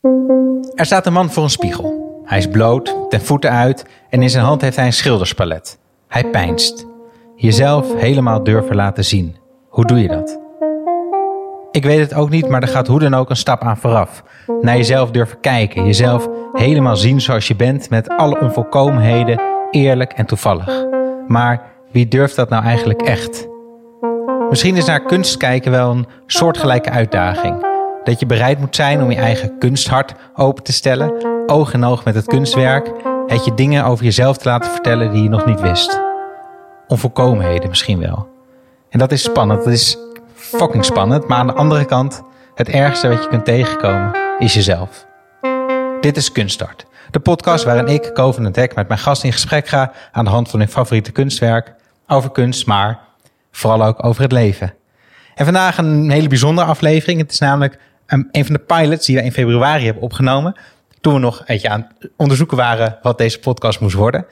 Er staat een man voor een spiegel. Hij is bloot, ten voeten uit en in zijn hand heeft hij een schilderspalet. Hij peinst. Jezelf helemaal durven laten zien. Hoe doe je dat? Ik weet het ook niet, maar er gaat hoe dan ook een stap aan vooraf. Naar jezelf durven kijken. Jezelf helemaal zien zoals je bent met alle onvolkomenheden, eerlijk en toevallig. Maar wie durft dat nou eigenlijk echt? Misschien is naar kunst kijken wel een soortgelijke uitdaging. Dat je bereid moet zijn om je eigen kunsthart open te stellen, oog in oog met het kunstwerk, het je dingen over jezelf te laten vertellen die je nog niet wist. Onvolkomenheden misschien wel. En dat is spannend, dat is fucking spannend, maar aan de andere kant, het ergste wat je kunt tegenkomen is jezelf. Dit is Kunststart, de podcast waarin ik, Covenant Hek, met mijn gast in gesprek ga aan de hand van hun favoriete kunstwerk, over kunst, maar vooral ook over het leven. En vandaag een hele bijzondere aflevering. Het is namelijk een van de pilots die we in februari hebben opgenomen. Toen we nog aan het onderzoeken waren wat deze podcast moest worden.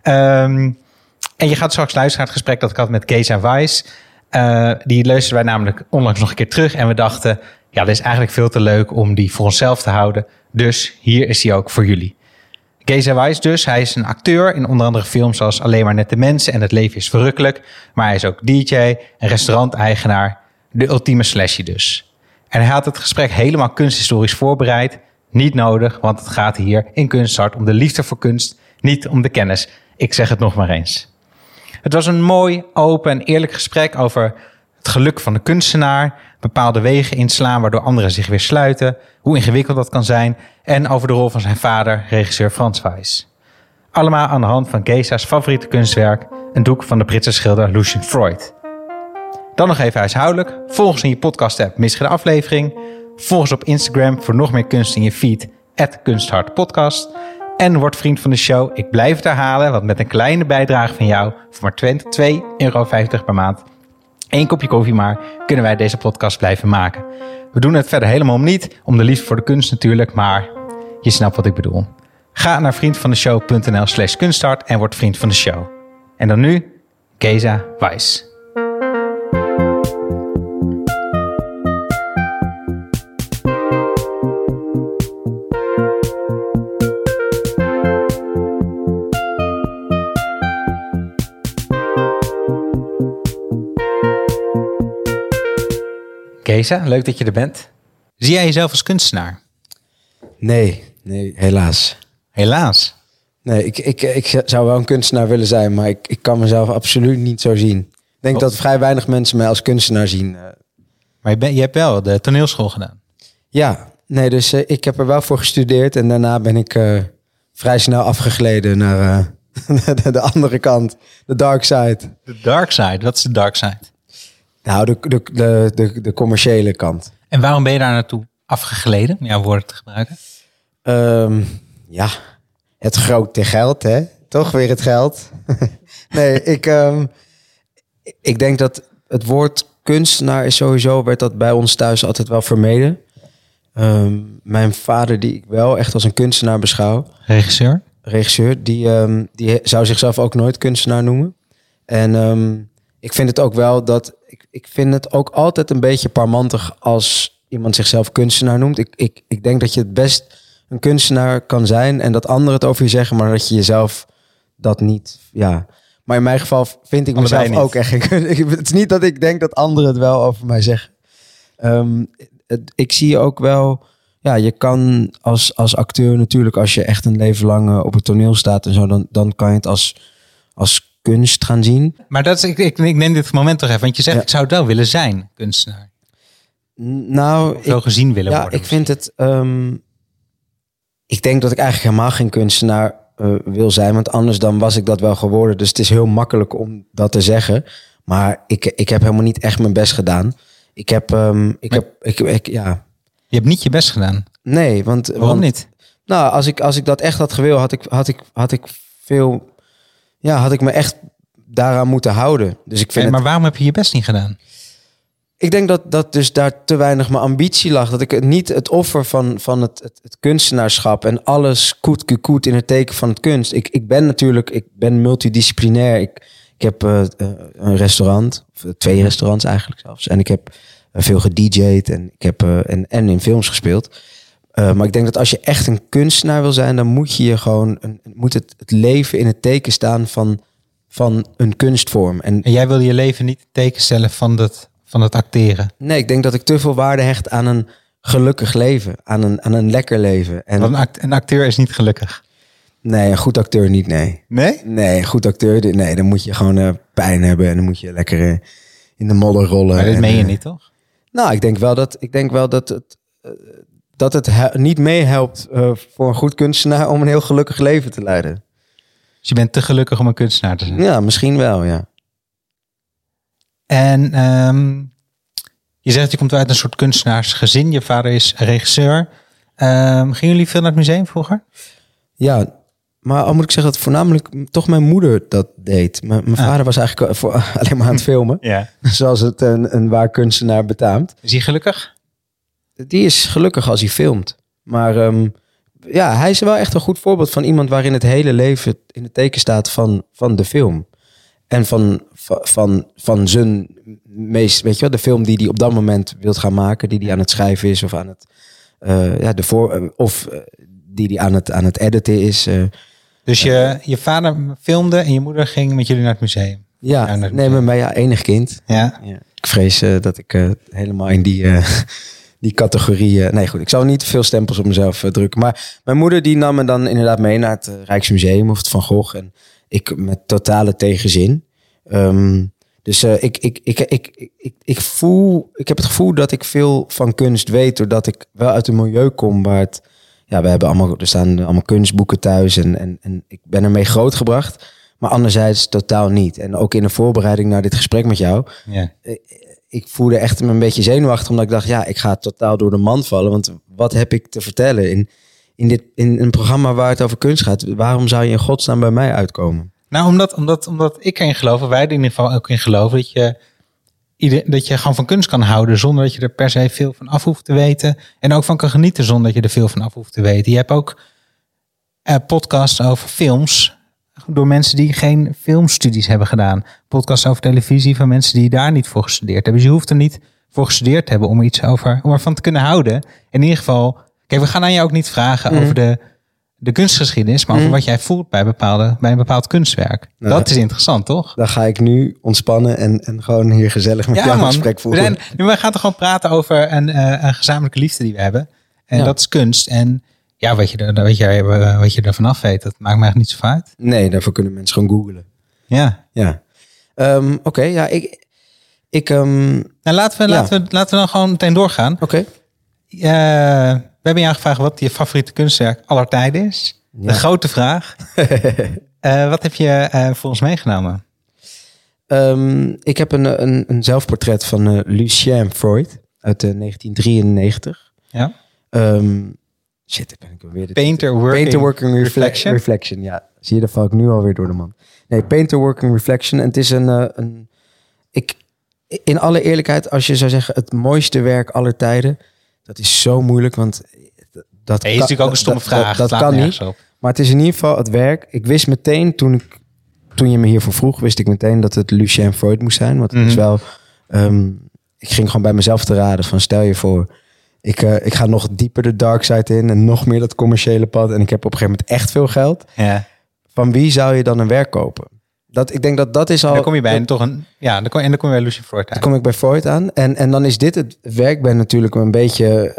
En je gaat straks luisteren naar het gesprek dat ik had met Geza Weiss. Die luisterden wij namelijk onlangs nog een keer terug. En we dachten, ja, dit is eigenlijk veel te leuk om die voor onszelf te houden. Dus hier is die ook voor jullie. Geza Weiss dus, hij is een acteur in onder andere films zoals Alleen maar nette mensen en Het leven is verrukkelijk. Maar hij is ook DJ en restauranteigenaar. De ultieme slashie dus. En hij had het gesprek helemaal kunsthistorisch voorbereid. Niet nodig, want het gaat hier in Kunststart om de liefde voor kunst, niet om de kennis. Ik zeg het nog maar eens. Het was een mooi, open en eerlijk gesprek over het geluk van de kunstenaar, bepaalde wegen inslaan waardoor anderen zich weer sluiten, hoe ingewikkeld dat kan zijn en over de rol van zijn vader, regisseur Frans Weiss. Allemaal aan de hand van Geza's favoriete kunstwerk, een doek van de Britse schilder Lucian Freud. Dan nog even huishoudelijk. Volg ons in je podcast-app, mis geen aflevering. Volg ons op Instagram voor nog meer kunst in je feed, @kunsthartpodcast. En word vriend van de show. Ik blijf het herhalen, want met een kleine bijdrage van jou, voor maar €2,50 per maand, 1 kopje koffie maar, kunnen wij deze podcast blijven maken. We doen het verder helemaal niet, om de liefde voor de kunst natuurlijk, maar je snapt wat ik bedoel. Ga naar vriendvandeshow.nl/kunststart en word vriend van de show. En dan nu, Geza Weiss. Geza, leuk dat je er bent. Zie jij jezelf als kunstenaar? Nee, helaas. Helaas? Nee, ik zou wel een kunstenaar willen zijn, maar ik kan mezelf absoluut niet zo zien. Ik denk dat vrij weinig mensen mij als kunstenaar zien. Maar je hebt wel de toneelschool gedaan. Ja, nee, dus ik heb er wel voor gestudeerd en daarna ben ik vrij snel afgegleden naar de andere kant, de dark side. De dark side? Wat is de dark side? Nou, de commerciële kant. En waarom ben je daar naartoe afgegleden, om jouw woorden te gebruiken? Ja, het grote geld, hè? Toch weer het geld. Nee, ik denk dat het woord kunstenaar is sowieso, werd dat bij ons thuis altijd wel vermeden. Mijn vader, die ik wel echt als een kunstenaar beschouw. Regisseur, die zou zichzelf ook nooit kunstenaar noemen. En ik vind het ook wel dat... Ik vind het ook altijd een beetje parmantig als iemand zichzelf kunstenaar noemt. Ik denk dat je het best een kunstenaar kan zijn en dat anderen het over je zeggen, maar dat je jezelf dat niet... Ja. Maar in mijn geval vind ik mezelf niet. Ook echt... Het is niet dat ik denk dat anderen het wel over mij zeggen. Ik zie ook wel... Ja, je kan als acteur natuurlijk, als je echt een leven lang op het toneel staat en zo, dan kan je het als kunst gaan zien. Maar dat is, ik neem dit moment toch even, want je zegt, ik zou het wel willen zijn, kunstenaar. Nou, zo gezien willen worden. Ja, ik vind het... ik denk dat ik eigenlijk helemaal geen kunstenaar wil zijn, want anders dan was ik dat wel geworden. Dus het is heel makkelijk om dat te zeggen. Maar ik heb helemaal niet echt mijn best gedaan. Je hebt niet je best gedaan? Nee, want... Waarom niet? Nou, als ik dat echt had gewild, had ik me echt daaraan moeten houden. Dus ik vind maar waarom heb je je best niet gedaan? Ik denk dat dus daar te weinig mijn ambitie lag. Dat ik niet het offer van het kunstenaarschap en alles koet in het teken van het kunst. Ik ben multidisciplinair. Ik heb een restaurant, of 2 restaurants eigenlijk zelfs. En ik heb veel gedj'd en ik heb en in films gespeeld. Maar ik denk dat als je echt een kunstenaar wil zijn, dan moet je gewoon moet het leven in het teken staan van een kunstvorm. En jij wil je leven niet teken stellen van het acteren? Nee, ik denk dat ik te veel waarde hecht aan een gelukkig leven, aan een lekker leven. En want een acteur is niet gelukkig. Nee, een goed acteur niet, nee. Nee? Nee, een goed acteur, nee, dan moet je gewoon pijn hebben en dan moet je lekker in de modder rollen. Maar dit meen je niet, toch? Nou, ik denk wel dat het niet meehelpt voor een goed kunstenaar om een heel gelukkig leven te leiden. Dus je bent te gelukkig om een kunstenaar te zijn? Ja, misschien wel, ja. En je zegt, je komt uit een soort kunstenaarsgezin. Je vader is regisseur. Gingen jullie veel naar het museum vroeger? Ja, maar al moet ik zeggen dat voornamelijk toch mijn moeder dat deed. Mijn vader was eigenlijk alleen maar aan het filmen. Ja. Zoals het een waar kunstenaar betaamt. Is hij gelukkig? Die is gelukkig als hij filmt. Maar hij is wel echt een goed voorbeeld van iemand waarin het hele leven in het teken staat van de film. En van zijn meest, weet je wel, de film die hij op dat moment wilt gaan maken, die hij aan het schrijven is of aan het die hij aan het editen is. Dus je vader filmde en je moeder ging met jullie naar het museum? Ja, nee, met mij enig kind. Ja. Ja. Ik vrees dat ik helemaal in die categorie... nee, goed, ik zal niet veel stempels op mezelf drukken. Maar mijn moeder die nam me dan inderdaad mee naar het Rijksmuseum of het Van Gogh. En ik met totale tegenzin. Dus ik heb het gevoel dat ik veel van kunst weet, doordat ik wel uit een milieu kom waar het... Ja, er staan allemaal kunstboeken thuis en ik ben ermee grootgebracht. Maar anderzijds totaal niet. En ook in de voorbereiding naar dit gesprek met jou... Ja. Ik voelde echt me een beetje zenuwachtig, omdat ik dacht, ik ga totaal door de mand vallen. Want wat heb ik te vertellen in een programma waar het over kunst gaat? Waarom zou je in godsnaam bij mij uitkomen? Nou, omdat ik erin geloof, wij er in ieder geval ook in geloven, dat je gewoon van kunst kan houden zonder dat je er per se veel van af hoeft te weten. En ook van kan genieten zonder dat je er veel van af hoeft te weten. Je hebt ook podcasts over films door mensen die geen filmstudies hebben gedaan. Podcasts over televisie van mensen die daar niet voor gestudeerd hebben. Dus je hoeft er niet voor gestudeerd te hebben om ervan te kunnen houden. In ieder geval, kijk, we gaan aan jou ook niet vragen over de kunstgeschiedenis, maar over wat jij voelt bij een bepaald kunstwerk. Nou, dat is interessant, toch? Dan ga ik nu ontspannen en gewoon hier gezellig met jou een gesprek voeren. We gaan toch gewoon praten over een gezamenlijke liefde die we hebben. En dat is kunst. En ja, wat je ervan af weet, dat maakt me eigenlijk niet zo uit. Nee, daarvoor kunnen mensen gewoon googlen. Ja. Oké, ja, laten we dan gewoon meteen doorgaan. Oké. We hebben jou gevraagd wat je favoriete kunstwerk aller tijden is. Ja. De grote vraag. Wat heb je voor ons meegenomen? Ik heb een zelfportret van Lucien Freud uit 1993. Ja. Shit, ben ik weer... Painter Working Reflection. Ja, zie je, daar val ik nu alweer door de man. Nee, Painter Working Reflection. En het is in alle eerlijkheid, als je zou zeggen het mooiste werk aller tijden, dat is zo moeilijk, want dat is natuurlijk ook een stomme vraag. Dat kan niet. Op. Maar het is in ieder geval het werk. Ik wist meteen, toen je me hiervoor vroeg, wist ik meteen dat het Lucien Freud moest zijn. Want het is wel... ik ging gewoon bij mezelf te raden van, stel je voor, ik ga nog dieper de dark side in en nog meer dat commerciële pad. En ik heb op een gegeven moment echt veel geld. Ja. Van wie zou je dan een werk kopen? Ik denk dat is al... Dan kom je bij dan kom je bij Lucien Freud aan. Dan kom ik bij Freud aan. En dan is dit het werk. Ik ben natuurlijk een beetje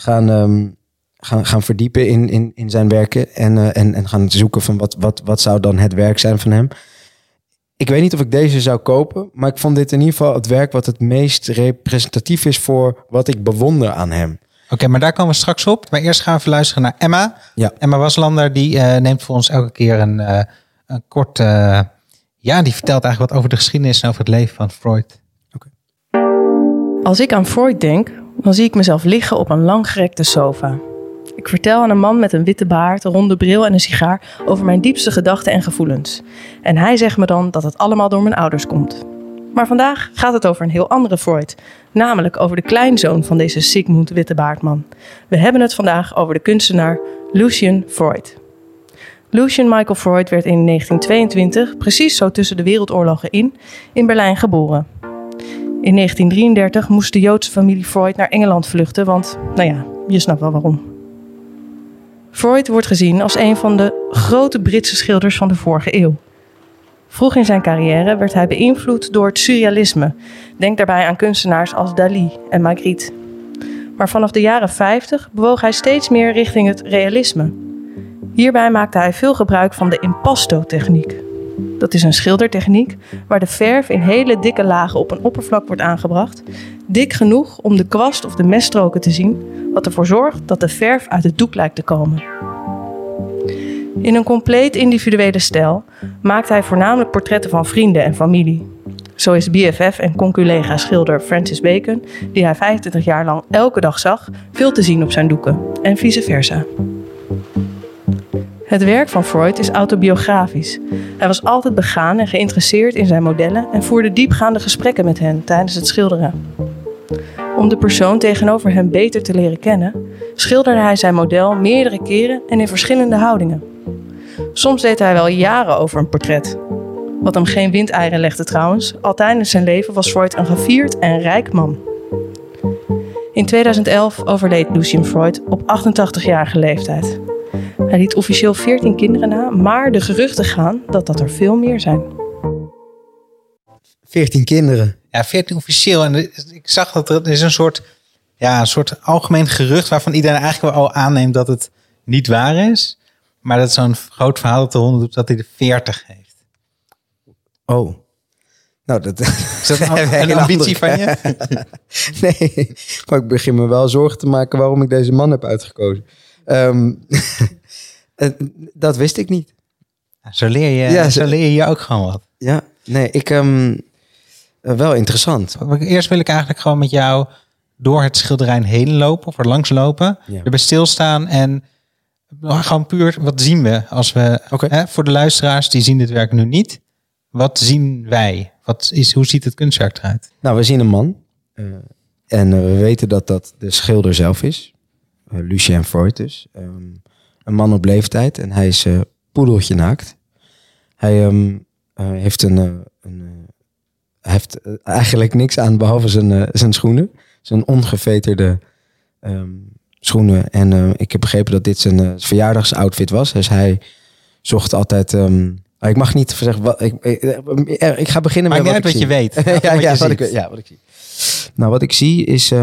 gaan verdiepen in zijn werken. En gaan zoeken van wat zou dan het werk zijn van hem. Ik weet niet of ik deze zou kopen. Maar ik vond dit in ieder geval het werk wat het meest representatief is voor wat ik bewonder aan hem. Oké, maar daar komen we straks op. Maar eerst gaan we even luisteren naar Emma. Ja. Emma Waslander, die neemt voor ons elke keer een kort... die vertelt eigenlijk wat over de geschiedenis en over het leven van Freud. Okay. Als ik aan Freud denk, dan zie ik mezelf liggen op een langgerekte sofa. Ik vertel aan een man met een witte baard, een ronde bril en een sigaar over mijn diepste gedachten en gevoelens. En hij zegt me dan dat het allemaal door mijn ouders komt. Maar vandaag gaat het over een heel andere Freud. Namelijk over de kleinzoon van deze Sigmund Wittebaardman. We hebben het vandaag over de kunstenaar Lucien Freud. Lucien Michael Freud werd in 1922, precies zo tussen de wereldoorlogen in Berlijn geboren. In 1933 moest de Joodse familie Freud naar Engeland vluchten, want, je snapt wel waarom. Freud wordt gezien als een van de grote Britse schilders van de vorige eeuw. Vroeg in zijn carrière werd hij beïnvloed door het surrealisme. Denk daarbij aan kunstenaars als Dali en Magritte. Maar vanaf de jaren 50 bewoog hij steeds meer richting het realisme. Hierbij maakte hij veel gebruik van de impasto-techniek. Dat is een schildertechniek waar de verf in hele dikke lagen op een oppervlak wordt aangebracht. Dik genoeg om de kwast of de meststroken te zien, wat ervoor zorgt dat de verf uit het doek lijkt te komen. In een compleet individuele stijl maakt hij voornamelijk portretten van vrienden en familie. Zo is BFF en conculega schilder Francis Bacon, die hij 25 jaar lang elke dag zag, veel te zien op zijn doeken en vice versa. Het werk van Freud is autobiografisch. Hij was altijd begaan en geïnteresseerd in zijn modellen en voerde diepgaande gesprekken met hen tijdens het schilderen. Om de persoon tegenover hem beter te leren kennen, schilderde hij zijn model meerdere keren en in verschillende houdingen. Soms deed hij wel jaren over een portret. Wat hem geen windeieren legde trouwens, al tijdens zijn leven was Freud een gevierd en rijk man. In 2011 overleed Lucian Freud op 88-jarige leeftijd. Hij liet officieel 14 kinderen na, maar de geruchten gaan dat er veel meer zijn. 14 kinderen. Ja, 14 officieel. En ik zag dat er is een soort algemeen gerucht waarvan iedereen eigenlijk wel al aanneemt dat het niet waar is. Maar dat zo'n groot verhaal dat de ronde doet dat hij er 40 heeft. Oh. Nou, dat is dat een ambitie van je? Nee, maar ik begin me wel zorgen te maken waarom ik deze man heb uitgekozen. Dat wist ik niet. Zo leer je hier ook gewoon wat. Ja, nee, wel interessant. Eerst wil ik eigenlijk gewoon met jou door het schilderij heen lopen of er langs lopen. Ja. Erbij stilstaan en gewoon puur, wat zien we als we... Okay. Voor de luisteraars, die zien dit werk nu niet. Wat zien wij? Hoe ziet het kunstwerk eruit? Nou, we zien een man. En we weten dat dat de schilder zelf is. Lucian Freud dus. Een man op leeftijd. En hij is poedeltje naakt. Hij heeft hij heeft eigenlijk niks aan behalve zijn schoenen. Zijn ongeveterde schoenen. En ik heb begrepen dat dit zijn verjaardagsoutfit was. Dus hij zocht altijd... ik mag niet zeggen wat ik ga beginnen met wat ik zie. Weet. Wat ik zie. Nou, wat ik zie is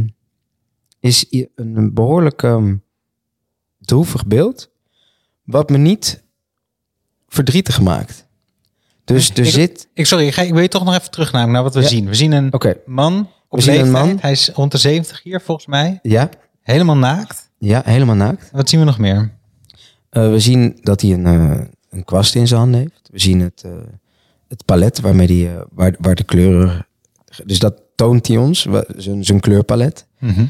een behoorlijk droevig beeld, wat me niet verdrietig maakt. Dus ik wil je toch nog even terug naar wat we zien. We zien een man op leeftijd. Hij is rond de 70 hier volgens mij. Ja. Helemaal naakt. Ja, helemaal naakt. Wat zien we nog meer? We zien dat hij een kwast in zijn hand heeft. We zien het palet waarmee waar de kleuren... Dus dat toont hij ons, zijn kleurpalet. Mm-hmm.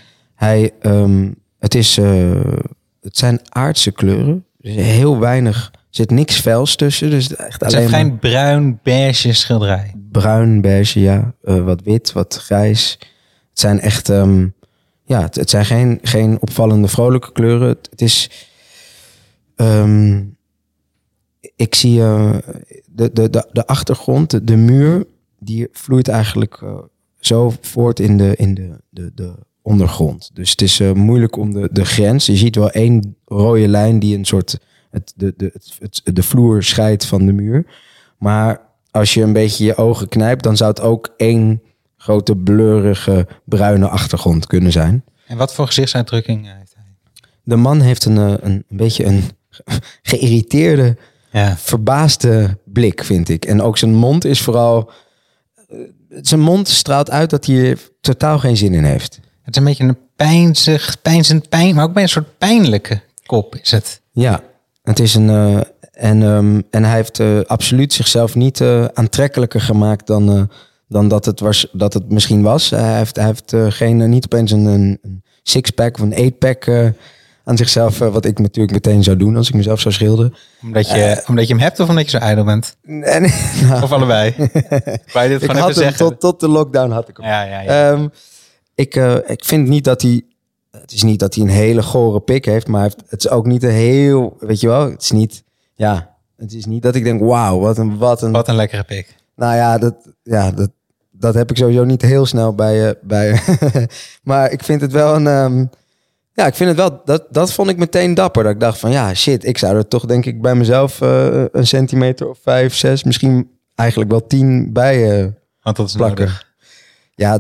Het zijn aardse kleuren. Dus heel weinig, er zit niks vuils tussen. Dus echt het is een vrij bruin, beige schilderij. Bruin, beige, ja. Wat wit, wat grijs. Het zijn echt... het zijn geen opvallende vrolijke kleuren. Het is... ik zie de achtergrond, de muur, die vloeit eigenlijk zo voort in de ondergrond. Dus het is moeilijk om de grens. Je ziet wel één rode lijn die een soort de vloer scheidt van de muur. Maar als je een beetje je ogen knijpt, dan zou het ook één grote blurrige bruine achtergrond kunnen zijn. En wat voor gezichtsuitdrukking heeft hij? De man heeft een beetje een geïrriteerde, verbaasde blik, vind ik. En ook zijn mond is vooral... Zijn mond straalt uit dat hij er totaal geen zin in heeft. Het is een beetje een pijnzend pijn, maar ook bij een soort pijnlijke kop is het. Ja, het is een... En hij heeft absoluut zichzelf niet aantrekkelijker gemaakt dan dat het misschien was. Hij heeft niet opeens een sixpack of een 8-pack aan zichzelf, wat ik natuurlijk meteen zou doen als ik mezelf zou schilderen. Omdat je hem hebt of omdat je zo ijdel bent? Nou, of allebei? Wou je dit gewoon even zeggen? Tot de lockdown had ik hem. Ja. Ik vind niet dat hij... Het is niet dat hij een hele gore pik heeft, maar het is ook niet een heel... Weet je wel, het is niet... Ja, het is niet dat ik denk, wauw, wat een lekkere pik. Nou ja, dat heb ik sowieso niet heel snel bij maar ik vind het wel Ja, ik vind het wel, dat vond ik meteen dapper. Dat ik dacht van ja, shit, ik zou er toch denk ik bij mezelf een centimeter of 5, 6, misschien eigenlijk wel 10 bij Want dat is plakken. nodig. Ja,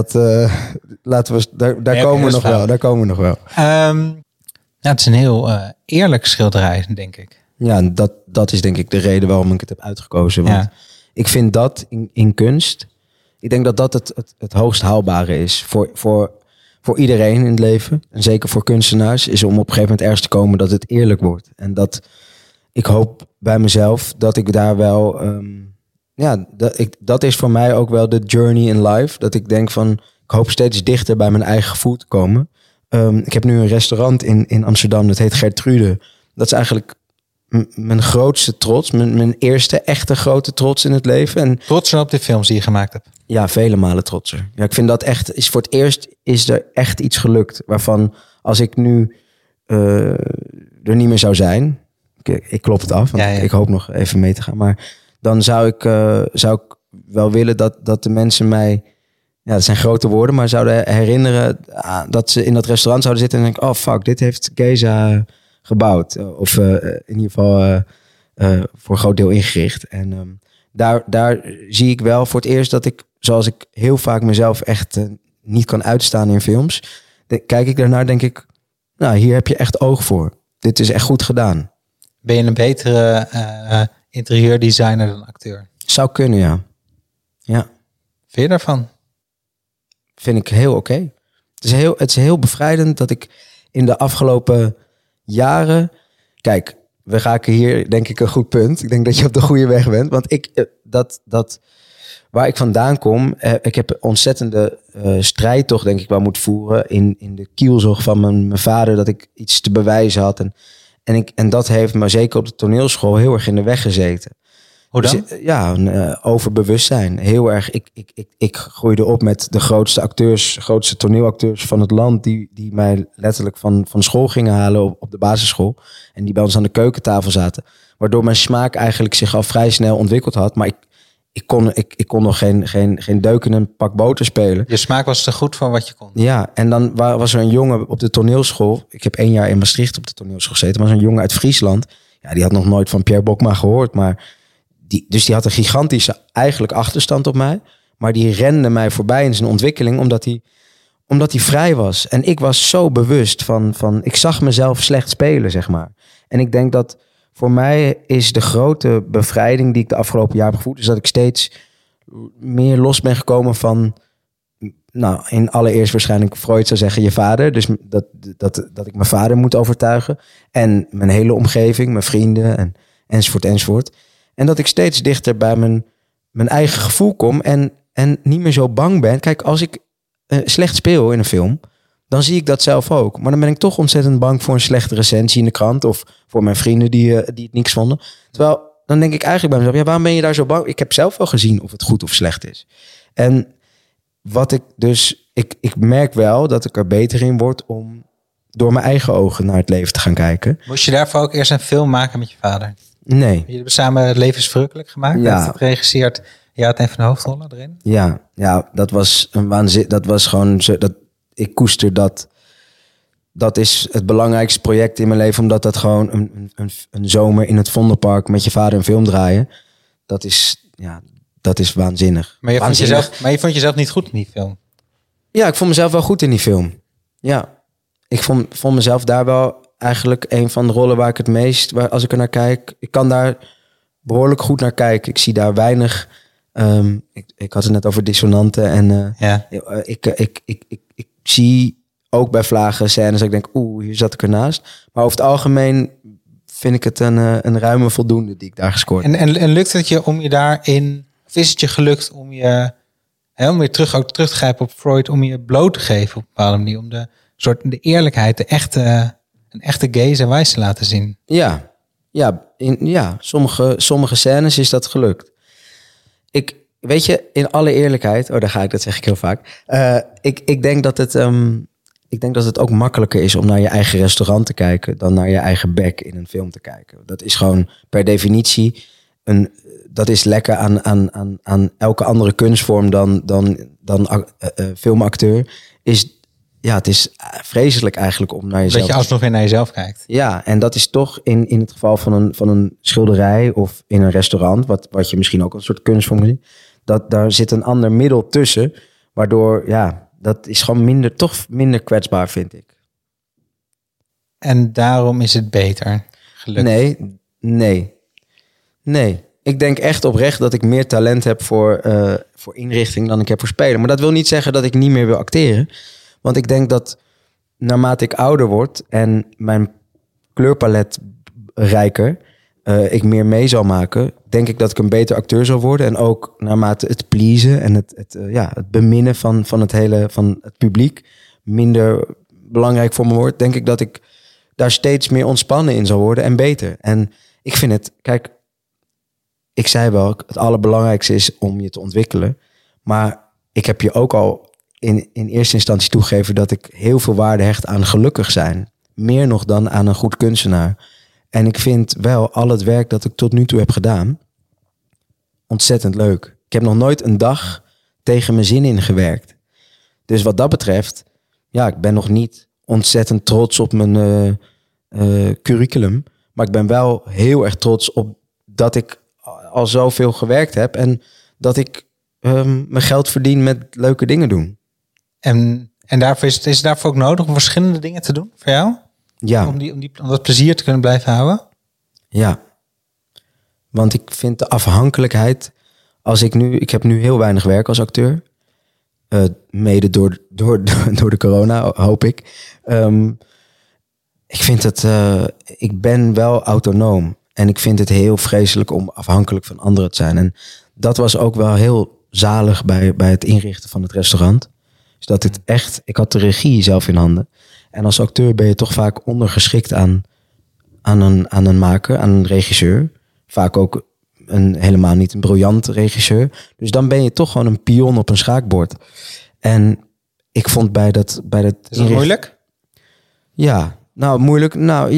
laten we, daar komen we nog wel. Daar komen we nog wel. Het is een heel eerlijk schilderij, denk ik. Ja, dat is denk ik de reden waarom ik het heb uitgekozen. Want ik vind dat in kunst, ik denk dat dat het hoogst haalbare is voor iedereen in het leven. En zeker voor kunstenaars, is om op een gegeven moment ergens te komen dat het eerlijk wordt. En dat ik hoop bij mezelf dat ik daar wel... dat is voor mij ook wel de journey in life. Dat ik denk van, ik hoop steeds dichter bij mijn eigen gevoel te komen. Ik heb nu een restaurant in Amsterdam, dat heet Gertrude. Dat is eigenlijk mijn grootste trots. Mijn eerste echte grote trots in het leven. En trotser op de films die je gemaakt hebt? Ja, vele malen trotser. Ja, ik vind dat echt, is voor het eerst is er echt iets gelukt. Waarvan als ik nu er niet meer zou zijn. Ik klop het af, want ik hoop nog even mee te gaan. Maar dan zou ik wel willen dat de mensen mij... Ja, dat zijn grote woorden, maar zouden herinneren dat ze in dat restaurant zouden zitten en denken, oh fuck, dit heeft Geza gebouwd. Of in ieder geval voor een groot deel ingericht. En daar zie ik wel voor het eerst dat ik, zoals ik heel vaak mezelf echt niet kan uitstaan in films, kijk ik daarnaar, denk ik, nou, hier heb je echt oog voor. Dit is echt goed gedaan. Ben je een betere interieurdesigner dan acteur? Zou kunnen, ja. Ja. Vind je daarvan? Vind ik heel oké. Het is heel bevrijdend dat ik in de afgelopen jaren... Kijk, we raken hier denk ik een goed punt. Ik denk dat je op de goede weg bent. Want waar ik vandaan kom... ik heb een ontzettende strijd toch denk ik wel moeten voeren... in de kielzog van mijn vader... dat ik iets te bewijzen had. En dat heeft me zeker op de toneelschool heel erg in de weg gezeten. Hoe dan? Dus, overbewustzijn. Heel erg. Ik groeide op met de grootste toneelacteurs van het land... die mij letterlijk van school gingen halen op de basisschool. En die bij ons aan de keukentafel zaten. Waardoor mijn smaak eigenlijk zich al vrij snel ontwikkeld had. Maar ik kon nog geen deuk in een pak boter spelen. Je smaak was te goed voor wat je kon. Ja, en dan was er een jongen op de toneelschool. Ik heb 1 jaar in Maastricht op de toneelschool gezeten. Maar was een jongen uit Friesland. Ja, die had nog nooit van Pierre Bokma gehoord. Maar die had een gigantische eigenlijk achterstand op mij. Maar die rende mij voorbij in zijn ontwikkeling. Omdat hij vrij was. En ik was zo bewust van ik zag mezelf slecht spelen, zeg maar. En ik denk dat voor mij is de grote bevrijding die ik de afgelopen jaar heb gevoeld, is dat ik steeds meer los ben gekomen van, nou, in allereerst waarschijnlijk Freud zou zeggen je vader. Dus dat ik mijn vader moet overtuigen. En mijn hele omgeving, mijn vrienden enzovoort. En dat ik steeds dichter bij mijn eigen gevoel kom en niet meer zo bang ben. Kijk, als ik slecht speel in een film, dan zie ik dat zelf ook. Maar dan ben ik toch ontzettend bang voor een slechte recensie in de krant of voor mijn vrienden die het niks vonden. Terwijl, dan denk ik eigenlijk bij mezelf, ja, waarom ben je daar zo bang? Ik heb zelf wel gezien of het goed of slecht is. En wat ik dus, ik merk wel dat ik er beter in word om door mijn eigen ogen naar het leven te gaan kijken. Moest je daarvoor ook eerst een film maken met je vader? Nee. Jullie hebben samen Levensverrukkelijk gemaakt. Ja. Dat geregisseerd. Je had een van de hoofdrollen erin. Ja, dat was een waanzin. Dat was gewoon zo. Ik koester dat. Dat is het belangrijkste project in mijn leven, omdat dat gewoon een zomer in het Vondelpark met je vader een film draaien. Dat is waanzinnig. Maar je vond jezelf niet goed in die film? Ja, ik vond mezelf wel goed in die film. Ja, ik vond mezelf daar wel eigenlijk een van de rollen waar ik het meest, als ik er naar kijk, ik kan daar behoorlijk goed naar kijken. Ik zie daar weinig. Ik had het net over dissonanten en ik zie ook bij vlagen scènes dat ik denk, hier zat ik ernaast. Maar over het algemeen vind ik het een ruime voldoende die ik daar gescoord heb. En lukt het je om je daarin, of is het je gelukt om je, om weer terug te grijpen op Freud, om je bloot te geven op een bepaalde manier, om de eerlijkheid, een echte gaze en wijs te laten zien? Ja, sommige scènes is dat gelukt. Weet je, in alle eerlijkheid, dat zeg ik heel vaak. Ik denk dat het ook makkelijker is om naar je eigen restaurant te kijken dan naar je eigen bek in een film te kijken. Dat is gewoon per definitie dat is lekker aan elke andere kunstvorm dan filmacteur. het is vreselijk eigenlijk om naar jezelf... Dat je alsnog weer naar jezelf kijkt. Ja, en dat is toch in het geval van een schilderij of in een restaurant, wat je misschien ook als een soort kunstvorm moet zien, daar zit een ander middel tussen, waardoor, dat is gewoon toch minder kwetsbaar, vind ik. En daarom is het beter, gelukkig. Nee. Ik denk echt oprecht dat ik meer talent heb voor inrichting dan ik heb voor spelen. Maar dat wil niet zeggen dat ik niet meer wil acteren. Want ik denk dat naarmate ik ouder word en mijn kleurpalet rijker, ik meer mee zal maken, denk ik dat ik een beter acteur zal worden. En ook naarmate het pleasen en het beminnen van het publiek minder belangrijk voor me wordt, denk ik dat ik daar steeds meer ontspannen in zal worden en beter. En ik vind het, kijk, ik zei wel, het allerbelangrijkste is om je te ontwikkelen. Maar ik heb je ook al in eerste instantie toegegeven dat ik heel veel waarde hecht aan gelukkig zijn. Meer nog dan aan een goed kunstenaar. En ik vind wel al het werk dat ik tot nu toe heb gedaan ontzettend leuk. Ik heb nog nooit een dag tegen mijn zin in gewerkt. Dus wat dat betreft, ik ben nog niet ontzettend trots op mijn curriculum. Maar ik ben wel heel erg trots op dat ik al zoveel gewerkt heb en dat ik mijn geld verdien met leuke dingen doen. En daarvoor is het daarvoor ook nodig om verschillende dingen te doen voor jou? Ja. Om dat plezier te kunnen blijven houden? Ja. Want ik vind de afhankelijkheid, ik heb nu heel weinig werk als acteur. Mede door de corona, hoop ik. Ik vind het, ik ben wel autonoom. En ik vind het heel vreselijk om afhankelijk van anderen te zijn. En dat was ook wel heel zalig bij het inrichten van het restaurant. Dus dat het echt, ik had de regie zelf in handen. En als acteur ben je toch vaak ondergeschikt aan een maker, aan een regisseur. Vaak ook helemaal niet een briljante regisseur. Dus dan ben je toch gewoon een pion op een schaakbord. En ik vond bij dat Is dat moeilijk? Ja, moeilijk.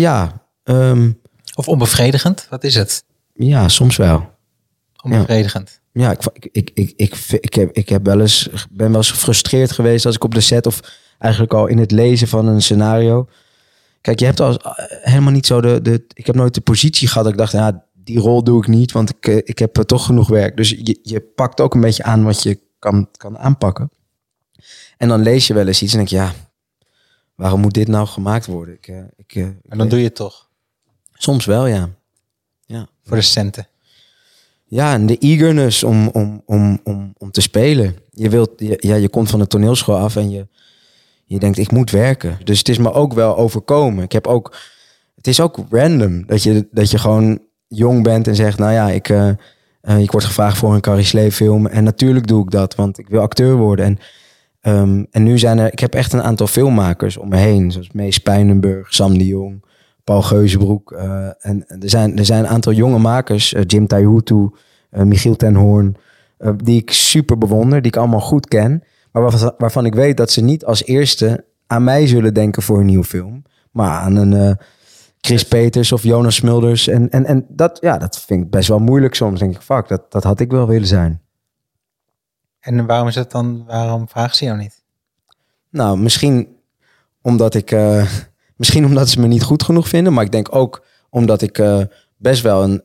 Of onbevredigend? Wat is het? Ja, soms wel. Onbevredigend. Ja, ik ben wel eens gefrustreerd geweest als ik op de set of eigenlijk al in het lezen van een scenario. Kijk, je hebt helemaal niet zo ik heb nooit de positie gehad dat ik dacht, die rol doe ik niet, want ik heb toch genoeg werk. Dus je pakt ook een beetje aan wat je kan aanpakken. En dan lees je wel eens iets en denk je, waarom moet dit nou gemaakt worden? Maar dan doe je het toch? Soms wel, ja. Voor de centen. Ja, en de eagerness om te spelen. Je komt van de toneelschool af en je denkt, ik moet werken. Dus het is me ook wel overkomen. Het is ook random dat je gewoon jong bent en zegt, ik word gevraagd voor een Carrie Slee film. En natuurlijk doe ik dat, want ik wil acteur worden. En nu ik heb echt een aantal filmmakers om me heen. Zoals Mees Pijnenburg, Sam de Jong, Paul Geuzenbroek. En er zijn een aantal jonge makers, Jim Taihutu, Michiel ten Hoorn, die ik super bewonder, die ik allemaal goed ken. Maar waarvan ik weet dat ze niet als eerste aan mij zullen denken voor een nieuwe film. Maar aan een Chris Peters of Jonas Smulders. En dat vind ik best wel moeilijk soms. Denk ik, dat had ik wel willen zijn. En waarom is het dan? Waarom vragen ze jou niet? Nou, misschien omdat ze me niet goed genoeg vinden. Maar ik denk ook omdat ik best wel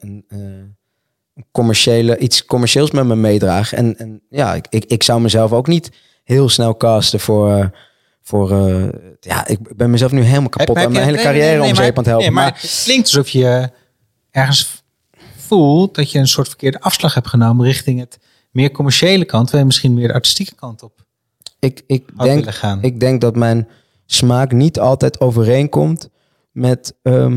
iets commercieels met me meedraag. En ik zou mezelf ook niet heel snel casten ik ben mezelf nu helemaal kapot aan mijn hele carrière om zeep aan het helpen. Maar het klinkt alsof je ergens voelt dat je een soort verkeerde afslag hebt genomen richting het meer commerciële kant, terwijl je misschien meer de artistieke kant op Ik denk dat mijn smaak niet altijd overeenkomt met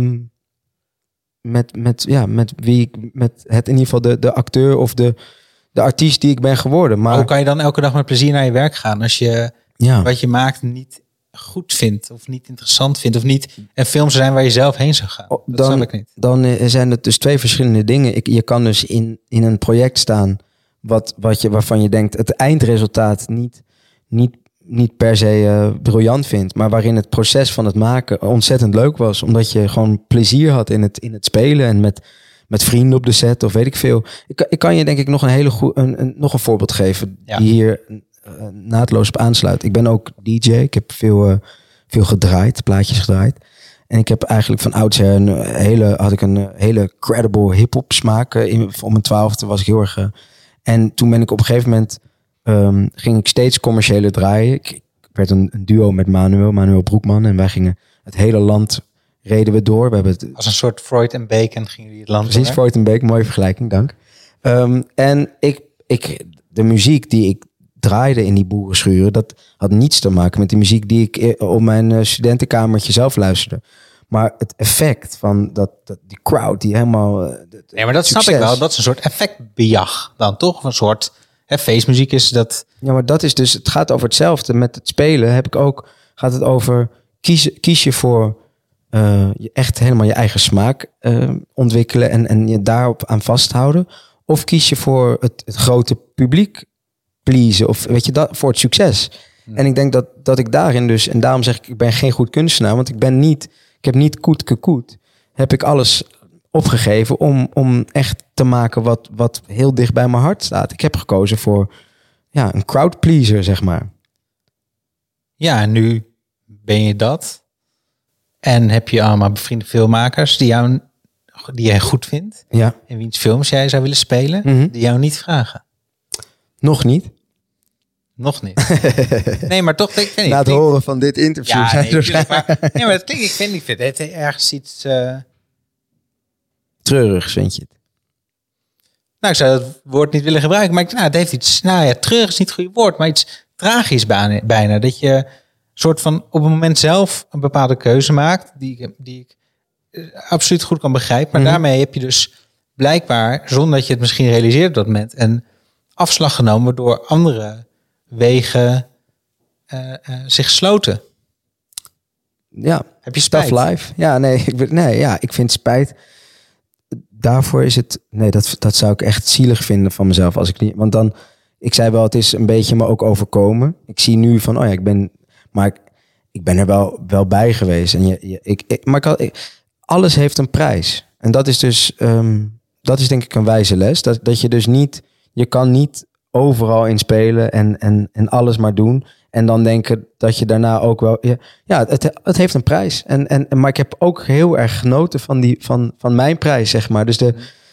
in ieder geval de acteur of de artiest die ik ben geworden. Maar hoe kan je dan elke dag met plezier naar je werk gaan als je wat je maakt niet goed vindt of niet interessant vindt of niet een film zou zijn waar je zelf heen zou gaan? Dat snap ik niet. Dan zijn het dus twee verschillende dingen. Je kan dus in een project staan waarvan je denkt het eindresultaat niet per se briljant vindt, maar waarin het proces van het maken ontzettend leuk was, omdat je gewoon plezier had in het spelen en met vrienden op de set of weet ik veel. Ik kan je denk ik nog nog een voorbeeld geven die hier naadloos op aansluit. Ik ben ook DJ. Ik heb veel gedraaid, plaatjes gedraaid. En ik heb eigenlijk van oudsher had ik een hele credible hip-hop smaak. Om mijn 12e was ik heel erg... en toen ben ik op een gegeven moment... ging ik steeds commerciëler draaien. Ik werd een duo met Manuel Broekman. En wij gingen het hele land... reden we door. We hebben het, als een soort Freud en Bacon gingen jullie het land precies, door. Freud en Bacon, mooie vergelijking, dank. En de muziek die ik draaide in die boerenschuren, dat had niets te maken met de muziek die ik op mijn studentenkamertje zelf luisterde. Maar het effect van die crowd die helemaal... Nee, maar dat snap ik wel. Dat is een soort effectbejag dan toch? Of een soort... feestmuziek is dat... Ja, maar dat is dus... Het gaat over hetzelfde. Met het spelen gaat het over... Kies je voor... echt helemaal je eigen smaak ontwikkelen en je daarop aan vasthouden? Of kies je voor het grote publiek pleasen? Of weet je, voor het succes? Ja. En ik denk dat ik daarin dus... En daarom zeg ik ben geen goed kunstenaar. Want ik heb niet koet. Heb ik alles opgegeven om echt te maken wat heel dicht bij mijn hart staat. Ik heb gekozen voor een crowd pleaser, zeg maar. Ja, en nu ben je dat... En heb je allemaal bevriende filmmakers die jij goed vindt? Ja. En wiens films jij zou willen spelen? Die jou niet vragen? Nog niet. Nog niet? Nee, maar toch... Na het horen van dit interview. Ja, maar dat klinkt... Ik vind het ergens iets... Treurigs, vind je het? Nou, ik zou dat woord niet willen gebruiken. Maar het heeft iets... treurig is niet het goede woord. Maar iets tragisch bijna. Dat je... soort van op het moment zelf een bepaalde keuze maakt... die ik absoluut goed kan begrijpen. Maar daarmee heb je dus blijkbaar... zonder dat je het misschien realiseert op dat moment... een afslag genomen... waardoor andere wegen zich sloten. Ja. Heb je spijt? Tough life. Ja, ik vind spijt... Daarvoor is het... Nee, dat zou ik echt zielig vinden van mezelf. Als ik niet... Want dan... Ik zei wel, het is een beetje me ook overkomen. Ik zie nu van... ik ben... Maar ik ben er wel bij geweest. En alles heeft een prijs. En dat is dus... dat is denk ik een wijze les. Dat je dus niet... Je kan niet overal in spelen en alles maar doen. En dan denken dat je daarna ook wel... Ja, het heeft een prijs. Maar ik heb ook heel erg genoten van mijn prijs, zeg maar. Dus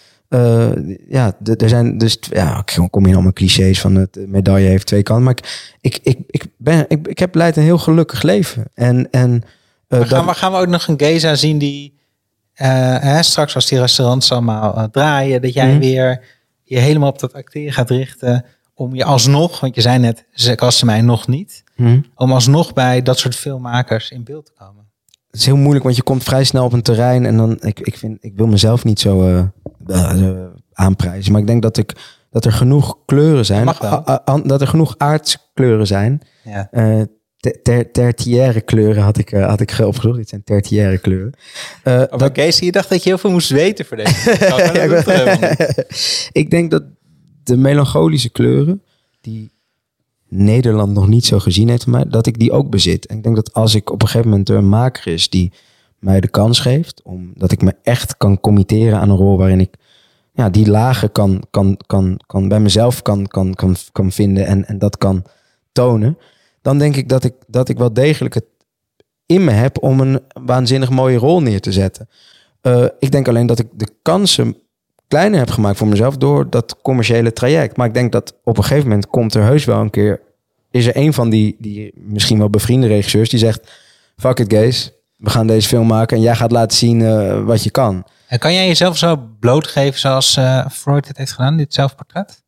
er zijn dus... Ja, ik kom hier allemaal clichés van het medaille heeft twee kanten. Maar ik heb leid een heel gelukkig leven. Gaan we ook nog een Geza zien die... straks als die restaurants allemaal draaien... dat jij weer je helemaal op dat acteren gaat richten... om je alsnog... Want je zei net, ze kasten mij nog niet... om alsnog bij dat soort filmmakers in beeld te komen. Het is heel moeilijk, want je komt vrij snel op een terrein... en dan, ik wil mezelf niet zo aanprijzen. Maar ik denk dat er genoeg kleuren zijn. Dat er genoeg aardskleuren zijn. Ja. Tertiaire kleuren had ik opgezocht. Dit zijn tertiaire kleuren. Kees, je dacht dat je heel veel moest weten voor deze. Ik denk dat de melancholische kleuren... die Nederland nog niet zo gezien heeft van mij... dat ik die ook bezit. En ik denk dat als ik op een gegeven moment een maker is... die mij de kans geeft... dat ik me echt kan committeren aan een rol... waarin ik die lagen kan bij mezelf kan vinden... en dat kan tonen... dan denk ik dat ik wel degelijk het in me heb... om een waanzinnig mooie rol neer te zetten. Ik denk alleen dat ik de kansen... kleiner heb gemaakt voor mezelf door dat commerciële traject. Maar ik denk dat op een gegeven moment komt er heus wel een keer... is er een van die misschien wel bevriende regisseurs... die zegt, fuck it guys, we gaan deze film maken... en jij gaat laten zien wat je kan. En kan jij jezelf zo blootgeven zoals Freud het heeft gedaan, dit zelfportret?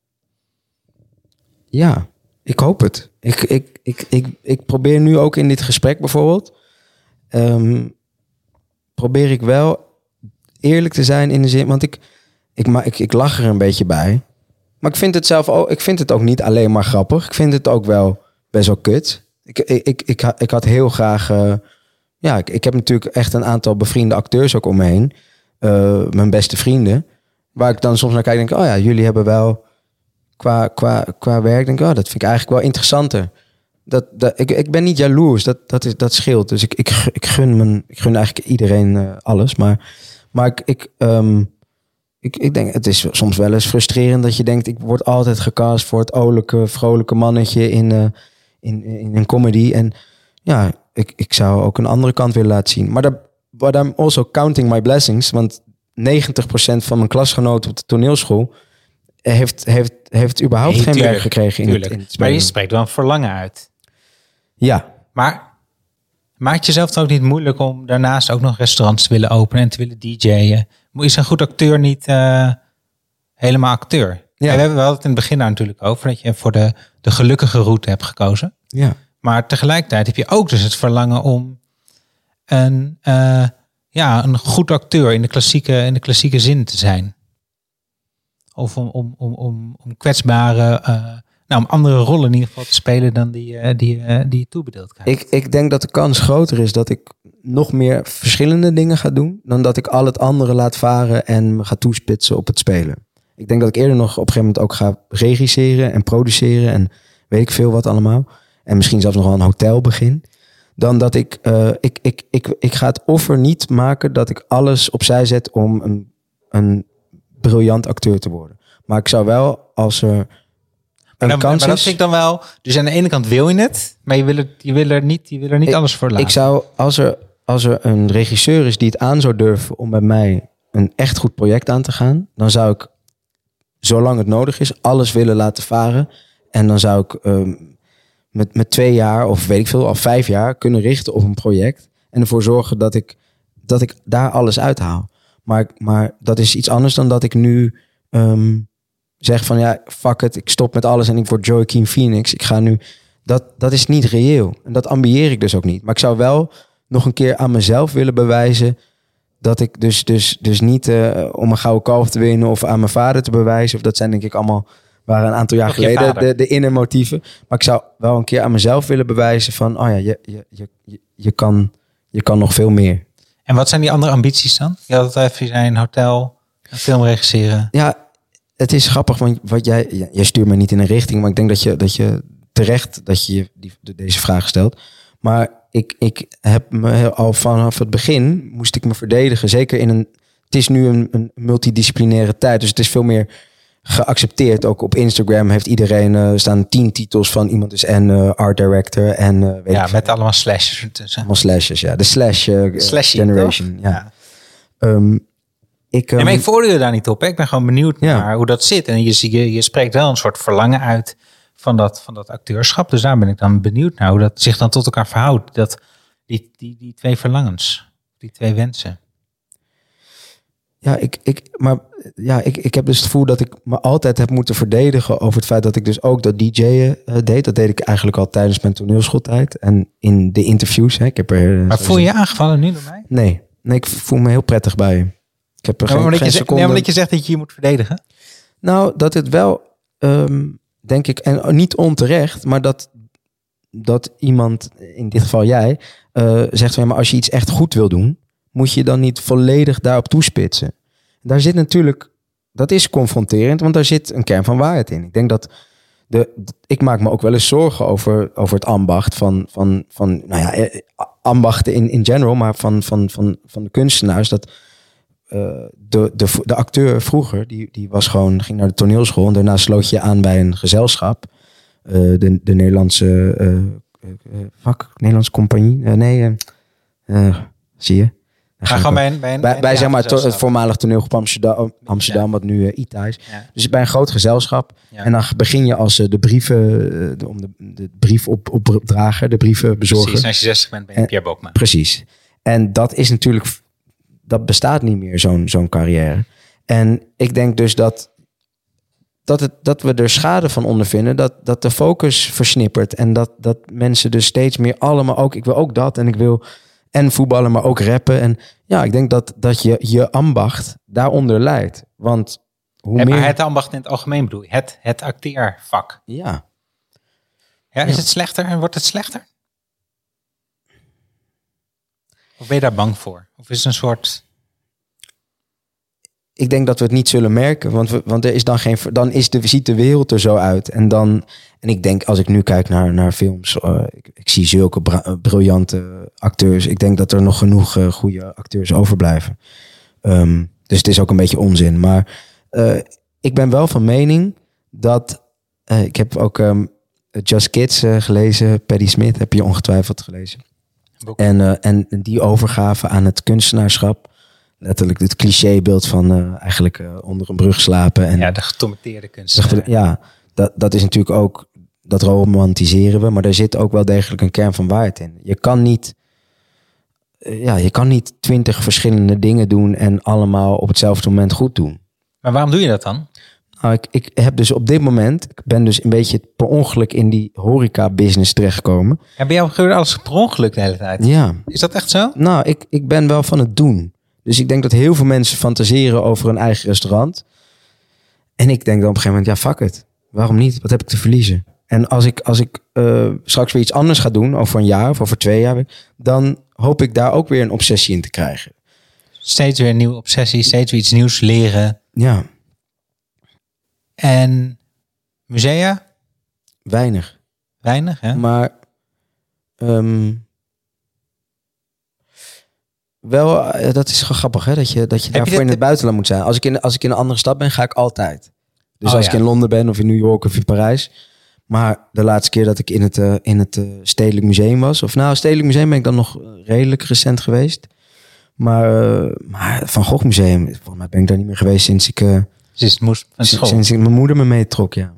Ja, ik hoop het. Ik probeer nu ook in dit gesprek bijvoorbeeld... probeer ik wel eerlijk te zijn in de zin... want ik lach er een beetje bij. Maar ik vind het zelf ook... Ik vind het ook niet alleen maar grappig. Ik vind het ook wel best wel kut. Ik had heel graag... ik heb natuurlijk echt een aantal bevriende acteurs ook om me heen. Mijn beste vrienden. Waar ik dan soms naar kijk en denk... jullie hebben wel... Qua werk denk ik... dat vind ik eigenlijk wel interessanter. Ik ben niet jaloers. Dat scheelt. Dus ik gun eigenlijk iedereen alles. Maar ik denk, het is soms wel eens frustrerend dat je denkt, ik word altijd gecast voor het olijke, vrolijke mannetje in een comedy. En ja, ik zou ook een andere kant willen laten zien. Maar but I'm also counting my blessings, want 90% van mijn klasgenoten op de toneelschool heeft überhaupt geen werk gekregen in het spelen. Maar je spreekt wel een verlangen uit. Ja. Maar maakt jezelf het ook niet moeilijk om daarnaast ook nog restaurants te willen openen en te willen DJ'en? Is een goed acteur niet helemaal acteur? Ja. We hadden het in het begin daar natuurlijk over dat je voor de gelukkige route hebt gekozen. Ja. Maar tegelijkertijd heb je ook dus het verlangen om een goed acteur in de klassieke zin te zijn. Of om kwetsbare, om andere rollen in ieder geval te spelen dan die je toebedeeld krijgt. Ik denk dat de kans groter is dat ik nog meer verschillende dingen ga doen dan dat ik al het andere laat varen en me ga toespitsen op het spelen. Ik denk dat ik eerder nog op een gegeven moment ook ga regisseren en produceren en weet ik veel wat allemaal. En misschien zelfs nog wel een hotel begin. Dan dat ik ga het offer niet maken dat ik alles opzij zet om een briljant acteur te worden. Maar ik zou wel, als er een kans is... Maar dat vind ik dan wel... Dus aan de ene kant wil je het, maar je wil er niet alles voor laten. Ik zou, als er een regisseur is die het aan zou durven om bij mij een echt goed project aan te gaan, dan zou ik, zolang het nodig is, alles willen laten varen. En dan zou ik met 2 jaar, of weet ik veel, al 5 jaar kunnen richten op een project. En ervoor zorgen dat ik daar alles uithaal. Maar dat is iets anders dan dat ik nu zeg van ja, fuck it, ik stop met alles en ik word Joaquin Phoenix. Ik ga nu... Dat is niet reëel. En dat ambieer ik dus ook niet. Maar ik zou wel nog een keer aan mezelf willen bewijzen dat ik dus niet om een gouden kalf te winnen of aan mijn vader te bewijzen. Of dat zijn denk ik allemaal, waren een aantal jaar geleden de innermotieven. Maar ik zou wel een keer aan mezelf willen bewijzen van, oh ja, je kan nog veel meer. En wat zijn die andere ambities dan? Je had het even zijn hotel, een film regisseren. Ja, het is grappig, want wat jij stuurt me niet in een richting, maar ik denk dat je terecht dat je deze vraag stelt. Maar ik heb me al vanaf het begin moest ik me verdedigen. Zeker het is nu een multidisciplinaire tijd, dus het is veel meer geaccepteerd. Ook op Instagram heeft iedereen staan 10 titels van iemand is en art director en met allemaal slashes ertussen. Allemaal slashes, ja, de slash generation. Toch? Ja. Maar ik voordeel daar niet op. Hè? Ik ben gewoon benieuwd naar hoe dat zit. En je spreekt wel een soort verlangen uit van dat acteurschap. Dus daar ben ik dan benieuwd naar hoe dat zich dan tot elkaar verhoudt. Dat die 2 verlangens, die 2 wensen. Ja, ik heb dus het gevoel dat ik me altijd heb moeten verdedigen over het feit dat ik dus ook dat DJ'en deed. Dat deed ik eigenlijk al tijdens mijn toneelschooltijd en in de interviews. Hè. Maar voel je je aangevallen nu door mij? Nee, ik voel me heel prettig bij je. Ik heb er geen seconde... omdat je zegt dat je moet verdedigen? Nou, dat het wel, denk ik, en niet onterecht, maar dat iemand, in dit geval jij, zegt van ja, maar als je iets echt goed wil doen, moet je dan niet volledig daarop toespitsen. Daar zit natuurlijk, dat is confronterend, want daar zit een kern van waarheid in. Ik denk dat ik maak me ook wel eens zorgen over het ambacht van nou ja, ambachten in general, maar van de kunstenaars. Dat de acteur vroeger, die was gewoon, ging naar de toneelschool en daarna sloot je aan bij een gezelschap. De Nederlandse Nederlandse compagnie. Zie je? Maar gewoon bij zeg maar het voormalig toneelgroep Amsterdam, wat nu ITA is. Ja. Dus bij een groot gezelschap. Ja. En dan begin je als de briefopdrager, de brievenbezorger. Precies, als je 60 bent ben je Pierre Bokma. Precies. En dat is natuurlijk, dat bestaat niet meer, zo'n carrière. En ik denk dus dat we er schade van ondervinden, dat de focus versnippert. En dat mensen dus steeds meer allemaal ook, ik wil ook dat en ik wil en voetballen, maar ook rappen. En ja, ik denk dat je ambacht daaronder leidt. Want hoe meer... Maar het ambacht in het algemeen bedoel je? Het acteervak. Ja. Ja, is het slechter en wordt het slechter? Of ben je daar bang voor? Of is het een soort... Ik denk dat we het niet zullen merken, want er is dan ziet de wereld er zo uit. En ik denk, als ik nu kijk naar films, ik zie zulke briljante acteurs. Ik denk dat er nog genoeg goede acteurs overblijven. Dus het is ook een beetje onzin. Maar ik ben wel van mening dat... ik heb ook Just Kids gelezen. Patti Smith heb je ongetwijfeld gelezen. En die overgave aan het kunstenaarschap. Letterlijk het clichébeeld van eigenlijk onder een brug slapen. En, ja, de getormenteerde kunstenaar. Ja, dat is natuurlijk ook... Dat romantiseren we. Maar er zit ook wel degelijk een kern van waarheid in. Je kan niet 20 verschillende dingen doen... en allemaal op hetzelfde moment goed doen. Maar waarom doe je dat dan? Nou, ik heb dus op dit moment... Ik ben dus een beetje per ongeluk in die horeca-business terechtgekomen. Ja, bij jou gebeurt alles per ongeluk de hele tijd. Ja. Is dat echt zo? Nou, ik ben wel van het doen. Dus ik denk dat heel veel mensen fantaseren over een eigen restaurant. En ik denk dan op een gegeven moment... Ja, fuck it. Waarom niet? Wat heb ik te verliezen? En als ik straks weer iets anders ga doen... over een jaar of over 2 jaar... dan hoop ik daar ook weer een obsessie in te krijgen. Steeds weer een nieuwe obsessie. Steeds weer iets nieuws leren. Ja. En musea? Weinig. Weinig, hè? Maar wel, dat is gewoon grappig, hè? Dat je daarvoor in het buitenland moet zijn. Als ik in een andere stad ben, ga ik altijd. Dus als ik in Londen ben of in New York of in Parijs. Maar de laatste keer dat ik in het Stedelijk Museum was... Of nou, Stedelijk Museum ben ik dan nog redelijk recent geweest. Maar Van Gogh Museum, volgens mij ben ik daar niet meer geweest sinds ik... Sinds mijn moeder me meetrok, ja.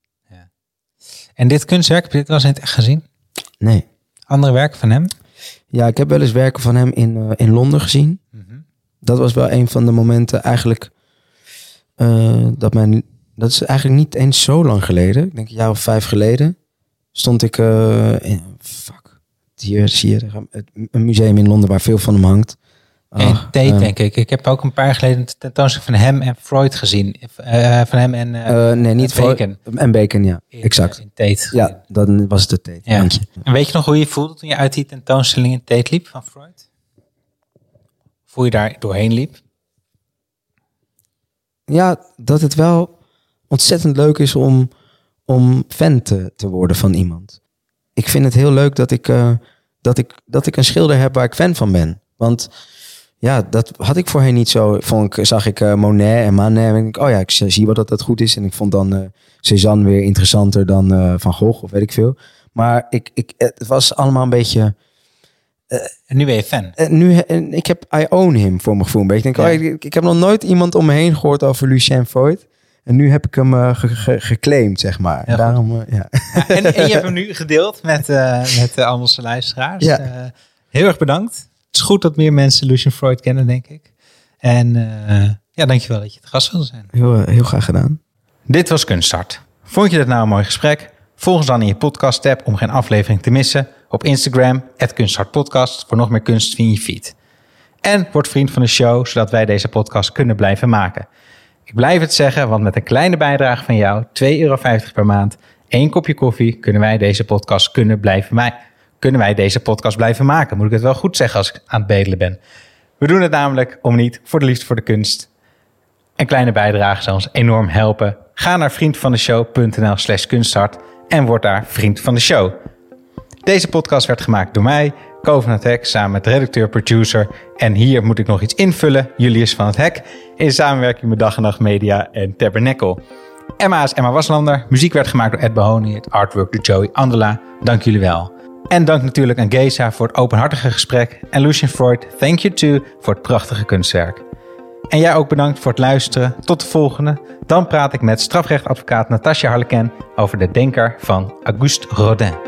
En dit kunstwerk, heb je dit wel eens in het echt gezien? Nee. Andere werken van hem? Ja, ik heb wel eens werken van hem in Londen gezien. Mm-hmm. Dat was wel een van de momenten eigenlijk... dat is eigenlijk niet eens zo lang geleden. Ik denk een jaar of 5 geleden. Stond ik hier zie je een museum in Londen waar veel van hem hangt. Tate, denk ik. Ik heb ook een paar jaar geleden een tentoonstelling van hem en Freud gezien. Van hem en nee, niet Bacon. En Bacon, ja. Exact. In Tate. Ja, dan was het de Tate. Ja. Dank je. En weet je nog hoe je voelde toen je uit die tentoonstelling in Tate liep van Freud? Of hoe je daar doorheen liep? Ja, dat het wel ontzettend leuk is om fan te worden van iemand. Ik vind het heel leuk dat ik een schilder heb waar ik fan van ben. Want ja, dat had ik voorheen niet zo. Zag ik Monet en Manet en ik zie wel dat goed is. En ik vond dan Cézanne weer interessanter dan Van Gogh of weet ik veel. Maar het was allemaal een beetje... en nu ben je fan? Ik heb I own him voor mijn gevoel een beetje. Ik heb nog nooit iemand om me heen gehoord over Lucien Freud. En nu heb ik hem geclaimd, zeg maar. Ja, daarom, En je hebt hem nu gedeeld met al onze luisteraars. Ja. Heel erg bedankt. Het is goed dat meer mensen Lucien Freud kennen, denk ik. En dankjewel dat je te gast wilde zijn. Heel graag gedaan. Dit was Kunststart. Vond je dit nou een mooi gesprek? Volg ons dan in je podcast-tab om geen aflevering te missen. Op Instagram, @kunststartpodcast, voor nog meer kunst in je feed. En word vriend van de show, zodat wij deze podcast kunnen blijven maken. Ik blijf het zeggen, want met een kleine bijdrage van jou, €2,50 per maand, 1 kopje koffie, kunnen wij deze podcast blijven maken. Moet ik het wel goed zeggen als ik aan het bedelen ben. We doen het namelijk om niet voor de liefde voor de kunst. Een kleine bijdrage zou ons enorm helpen. Ga naar vriendvandeshow.nl/kunststart en word daar vriend van de show. Deze podcast werd gemaakt door mij, Ko van het Hek, samen met redacteur-producer. En hier moet ik nog iets invullen, Julius van het Hek, in samenwerking met Dag en Nacht Media en Tabernacle. Emma is Emma Waslander. Muziek werd gemaakt door Ed Bahoni, het artwork door Joey Andela. Dank jullie wel. En dank natuurlijk aan Geza voor het openhartige gesprek. En Lucien Freud, thank you too voor het prachtige kunstwerk. En jij ook bedankt voor het luisteren. Tot de volgende. Dan praat ik met strafrechtadvocaat Natasja Harleken over de denker van Auguste Rodin.